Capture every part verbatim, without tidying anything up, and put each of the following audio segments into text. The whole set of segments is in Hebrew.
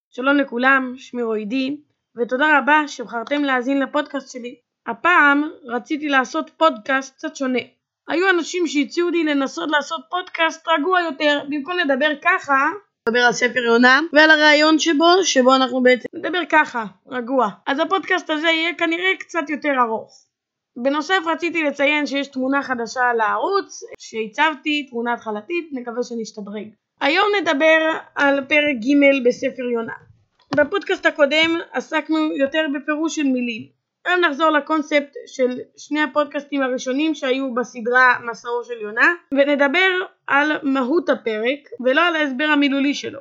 שלום לכולם, שמי רועידי, ותודה רבה שבחרתם להאזין לפודקאסט שלי. הפעם רציתי לעשות פודקאסט קצת שונה. היו אנשים שהציעו לי לנסות לעשות פודקאסט רגוע יותר, במקום לדבר ככה, לדבר על ספר יונה ועל הרעיון שבו, שבו אנחנו בעצם נדבר ככה, רגוע. אז הפודקאסט הזה יהיה כנראה קצת יותר ארוך. בנוסף רציתי לציין שיש תמונה חדשה על הערוץ, שהצבתי, תמונה התחלתית, נקווה שנשתדרג. היום נדבר על פרק ג' בספר יונה. בפודקאסט הקודם עסקנו יותר בפירוש של מילים. היום נחזור לקונספט של שני הפודקאסטים הראשונים שהיו בסדרה מסעו של יונה, ונדבר על מהות הפרק ולא על ההסבר המילולי שלו.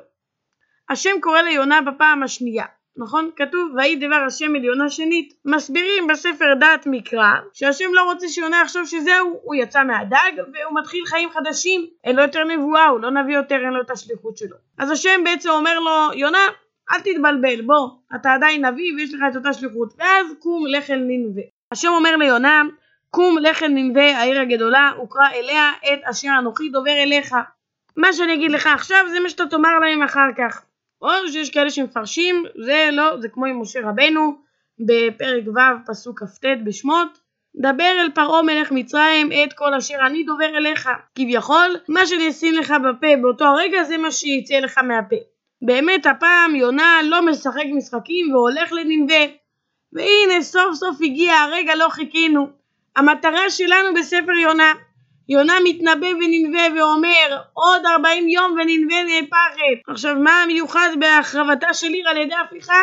השם קורא ליונה בפעם השנייה. נכון? כתוב ויהי דבר השם אל יונה שנית. מסבירים בספר דעת מקרא שהשם לא רוצה שיונה יחשוב שזהו, הוא יצא מהדג והוא מתחיל חיים חדשים, אין לו יותר נבואה, הוא לא נביא יותר, אין לו את השליחות שלו. אז השם בעצם אומר לו, יונה אל תתבלבל, בוא, אתה עדיין נביא ויש לך את אותה שליחות. ואז קום לך אל נינווה. השם אומר ליונה, קום לך אל נינווה העיר הגדולה, וקרא אליה את אשר אנוכי דובר אליך. מה שאני אגיד לך עכשיו זה מה שאתה תאמר להם אחר כך. או שיש כאלה שמפרשים, זה לא, זה כמו עם משה רבנו, בפרק ו' פסוק כ"ט בשמות, דבר אל פרעה מלך מצרים את כל אשר אני דובר אליך. כביכול, מה שאני אשים לך בפה באותו הרגע זה מה שיצא לך מהפה. באמת הפעם יונה לא משחק משחקים והולך לנינווה. והנה סוף סוף הגיע הרגע לא חיכינו. המטרה שלנו בספר יונה. יונה מתנבא בנינווה ואומר עוד ארבעים יום ונינווה נהפכת. עכשיו מה המיוחד בהחרבתה של עיר על ידי הפיכה?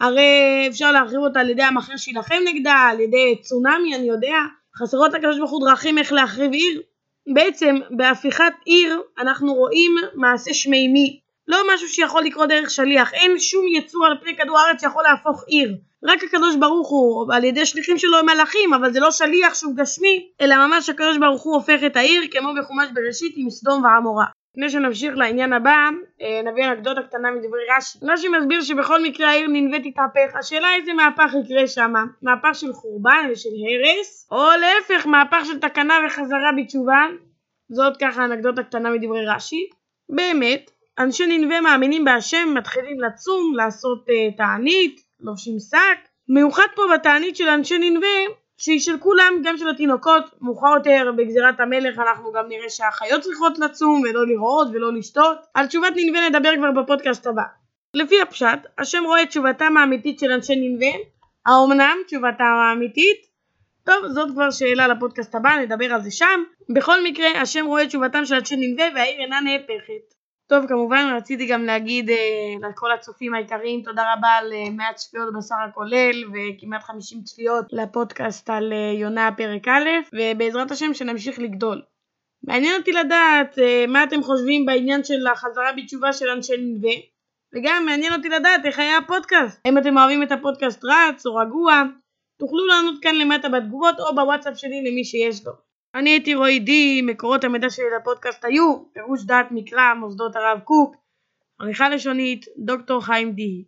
הרי אפשר להחריב אותה על ידי המחר שילחם נגדה, על ידי צונמי, אני יודע. חסרות לקדוש ברוך הוא דרכים איך להחריב עיר. בעצם בהפיכת עיר אנחנו רואים מעשה שמימי, לא משהו שיכול לקרות דרך שליח. אין שום יצור על פני כדור הארץ שיכול להפוך עיר. רק הקדוש ברוך הוא על ידי שליחים שלו הם מלאכים, אבל זה לא שליח שהוא גשמי, אלא ממש הקדוש ברוך הוא הופך את העיר, כמו בחומש בראשית עם סדום ועמורה. לפני שנמשיך לעניין הבא, נביא אנקדוטה קטנה מדברי רש"י. רש"י מסביר שבכל מקרה העיר נינווה תתהפך. השאלה איזה מהפך יקרה שם, מהפך של חורבן ושל הרס, או להפך מהפך של תקנה וחזרה בתשובה. זאת ככה אנקדוטה קטנה מדברי רש"י. באמת אנשי נינווה מאמינים בהשם, מתחילים לצום, לעשות uh, תענית, לובשים שק. מיוחד פה בתענית של אנשי נינווה שהיא של כולם, גם של התינוקות. מאוחר יותר בגזירת המלך אנחנו גם נראה שהחיות צריכות לצום ולא לראות ולא לשתות. על תשובת נינווה נדבר כבר בפודקאסט הבא. לפי הפשט, השם רואה את תשובתם האמיתית של אנשי נינווה. האומנם תשובתם האמיתית? טוב, זאת כבר שאלה לפודקאסט הבא, נדבר על זה שם. בכל מקרה, השם רואה את תשובתם של אנשי נינווה והעיר אינה נהפכת. טוב, כמובן רציתי גם להגיד אה, לכל הצופים העיקריים תודה רבה על אה, מאה צפיות בסך הכולל וכמעט חמישים צפיות לפודקאסט על אה, יונה פרק א', ובעזרת השם שנמשיך לגדול. מעניין אותי לדעת אה, מה אתם חושבים בעניין של החזרה בתשובה של אנשי נינווה, וגם מעניין אותי לדעת איך היה הפודקאסט. אם אתם אוהבים את הפודקאסט רץ או רגוע, תוכלו לענות כאן למטה בתגובות או בוואטסאפ שלי למי שיש לו. אני הייתי רועידי, מקורות המידע שלי לפודקאסט היו פירוש דעת מקרא, מוסדות הרב קוק, עריכה לשונית, דוקטור חיים די.